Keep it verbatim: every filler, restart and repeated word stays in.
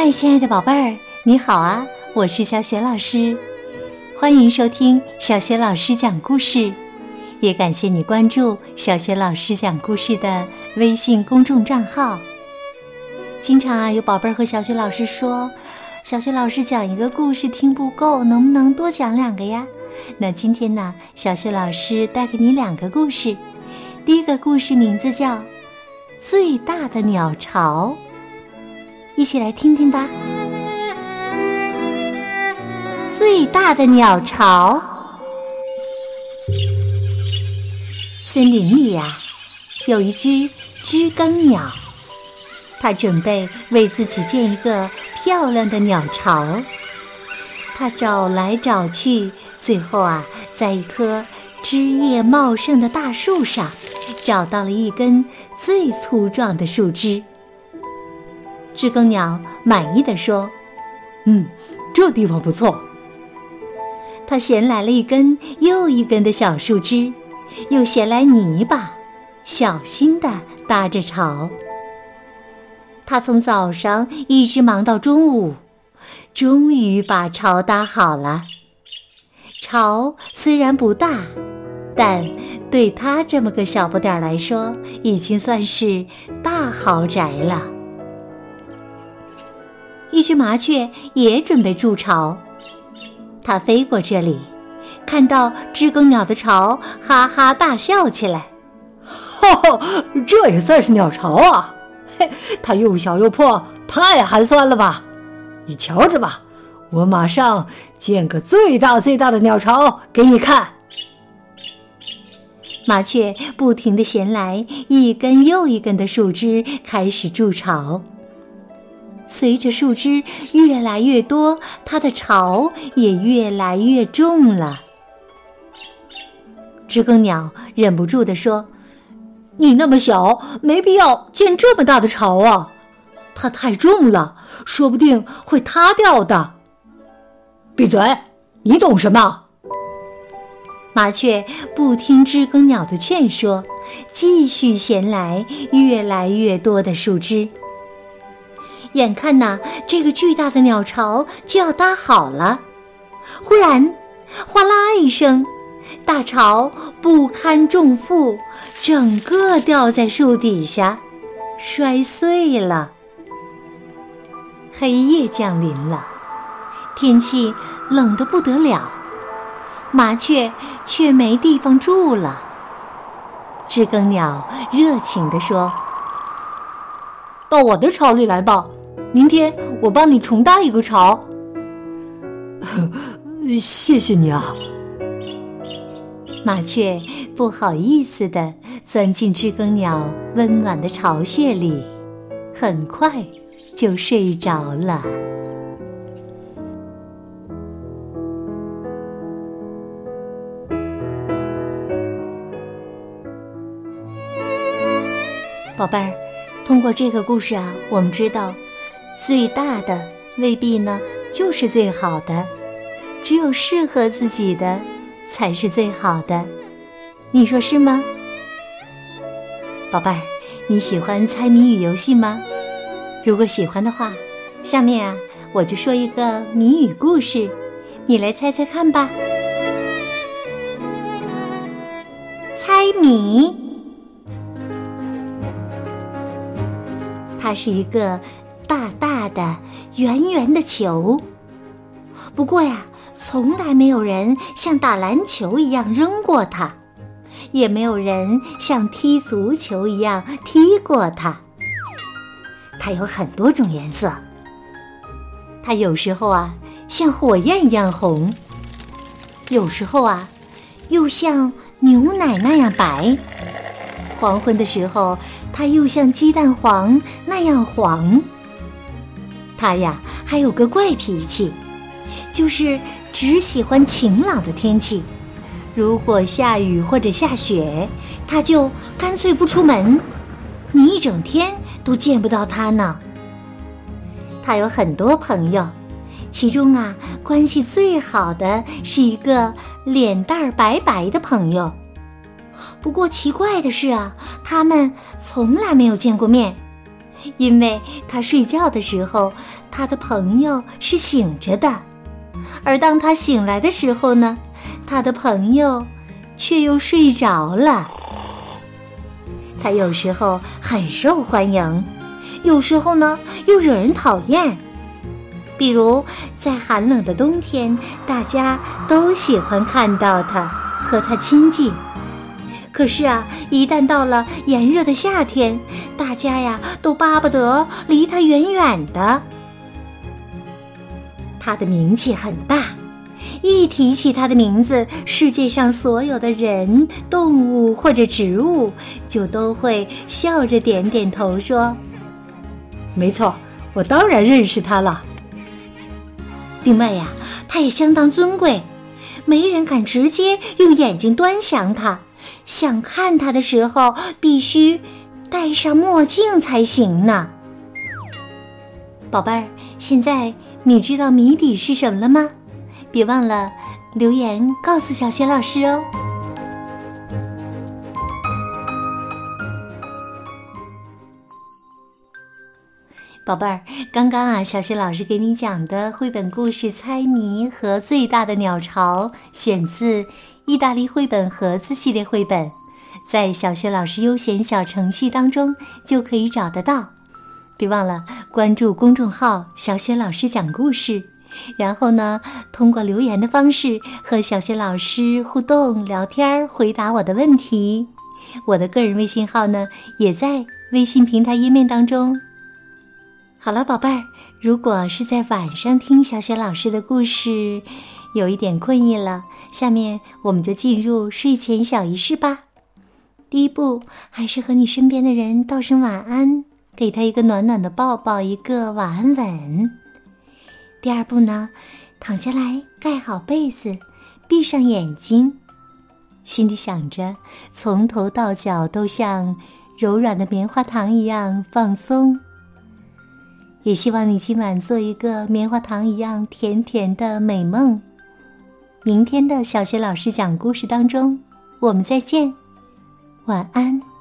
嗨，亲爱的宝贝儿，你好啊，我是小雪老师，欢迎收听小雪老师讲故事，也感谢你关注小雪老师讲故事的微信公众账号。经常啊，有宝贝儿和小雪老师说，小雪老师讲一个故事听不够，能不能多讲两个呀？那今天呢，小雪老师带给你两个故事。第一个故事名字叫《最大的鸟巢》，一起来听听吧。最大的鸟巢。森林里啊，有一只知更鸟，它准备为自己建一个漂亮的鸟巢。它找来找去，最后啊，在一棵枝叶茂盛的大树上找到了一根最粗壮的树枝。知更鸟满意地说： 嗯，这地方不错。 他衔来了一根又一根的小树枝，又衔来泥巴，小心地搭着巢。他从早上一直忙到中午，终于把巢搭好了。巢虽然不大，但对他这么个小不点儿来说，已经算是大豪宅了。一只麻雀也准备筑巢，它飞过这里，看到知更鸟的巢，哈哈大笑起来。 哈哈，这也算是鸟巢啊？嘿，它又小又破，太寒酸了吧？你瞧着吧，我马上建个最大最大的鸟巢给你看。 麻雀不停地衔来一根又一根的树枝，开始筑巢。随着树枝越来越多，它的巢也越来越重了。知更鸟忍不住地说：你那么小，没必要建这么大的巢啊，它太重了，说不定会塌掉的。 闭嘴，你懂什么？ 麻雀不听知更鸟的劝说，继续衔来越来越多的树枝。眼看呐，这个巨大的鸟巢就要搭好了，忽然哗啦一声，大巢不堪重负，整个掉在树底下，摔碎了。黑夜降临了，天气冷得不得了，麻雀却没地方住了。知更鸟热情地说：到我的巢里来吧，明天我帮你重搭一个巢。 谢谢你啊。 麻雀不好意思地钻进知更鸟温暖的巢穴里，很快就睡着了。宝贝儿，通过这个故事啊，我们知道最大的未必呢就是最好的，只有适合自己的才是最好的，你说是吗？宝贝儿，你喜欢猜谜语游戏吗？如果喜欢的话，下面啊我就说一个谜语故事，你来猜猜看吧。猜谜。它是一个大大的圆圆的球，不过呀，从来没有人像打篮球一样扔过它，也没有人像踢足球一样踢过它。它有很多种颜色，它有时候啊像火焰一样红，有时候啊又像牛奶那样白，黄昏的时候它又像鸡蛋黄那样黄。它呀还有个怪脾气，就是只喜欢晴朗的天气，如果下雨或者下雪，它就干脆不出门，你一整天都见不到它呢。它有很多朋友，其中啊关系最好的是一个脸蛋儿白白的朋友。不过奇怪的是啊，他们从来没有见过面， 因为他睡觉的时候，他的朋友是醒着的，而当他醒来的时候呢，他的朋友却又睡着了。他有时候很受欢迎，有时候呢又惹人讨厌。比如在寒冷的冬天，大家都喜欢看到他，和他亲近。可是啊，一旦到了炎热的夏天，大家呀都巴不得离他远远的。他的名气很大，一提起他的名字，世界上所有的人、动物或者植物就都会笑着点点头说： 没错，我当然认识他了。 另外呀，他也相当尊贵，没人敢直接用眼睛端详他，想看他的时候必须戴上墨镜才行呢。宝贝儿，现在你知道谜底是什么了吗？别忘了留言告诉小雪老师哦。宝贝儿，刚刚啊，小雪老师给你讲的绘本故事《猜谜》和《最大的鸟巢》选自意大利绘本盒子系列绘本，在小雪老师优选小程序当中就可以找得到。别忘了关注公众号小雪老师讲故事，然后呢，通过留言的方式和小雪老师互动聊天，回答我的问题。我的个人微信号呢，也在微信平台页面当中。好了，宝贝儿，如果是在晚上听小雪老师的故事，有一点困意了，下面我们就进入睡前小仪式吧。第一步，还是和你身边的人道声晚安，给他一个暖暖的抱抱，一个晚安吻。第二步呢，躺下来盖好被子，闭上眼睛，心里想着从头到脚都像柔软的棉花糖一样放松。也希望你今晚做一个棉花糖一样甜甜的美梦。明天的小雪老师讲故事当中，我们再见，晚安。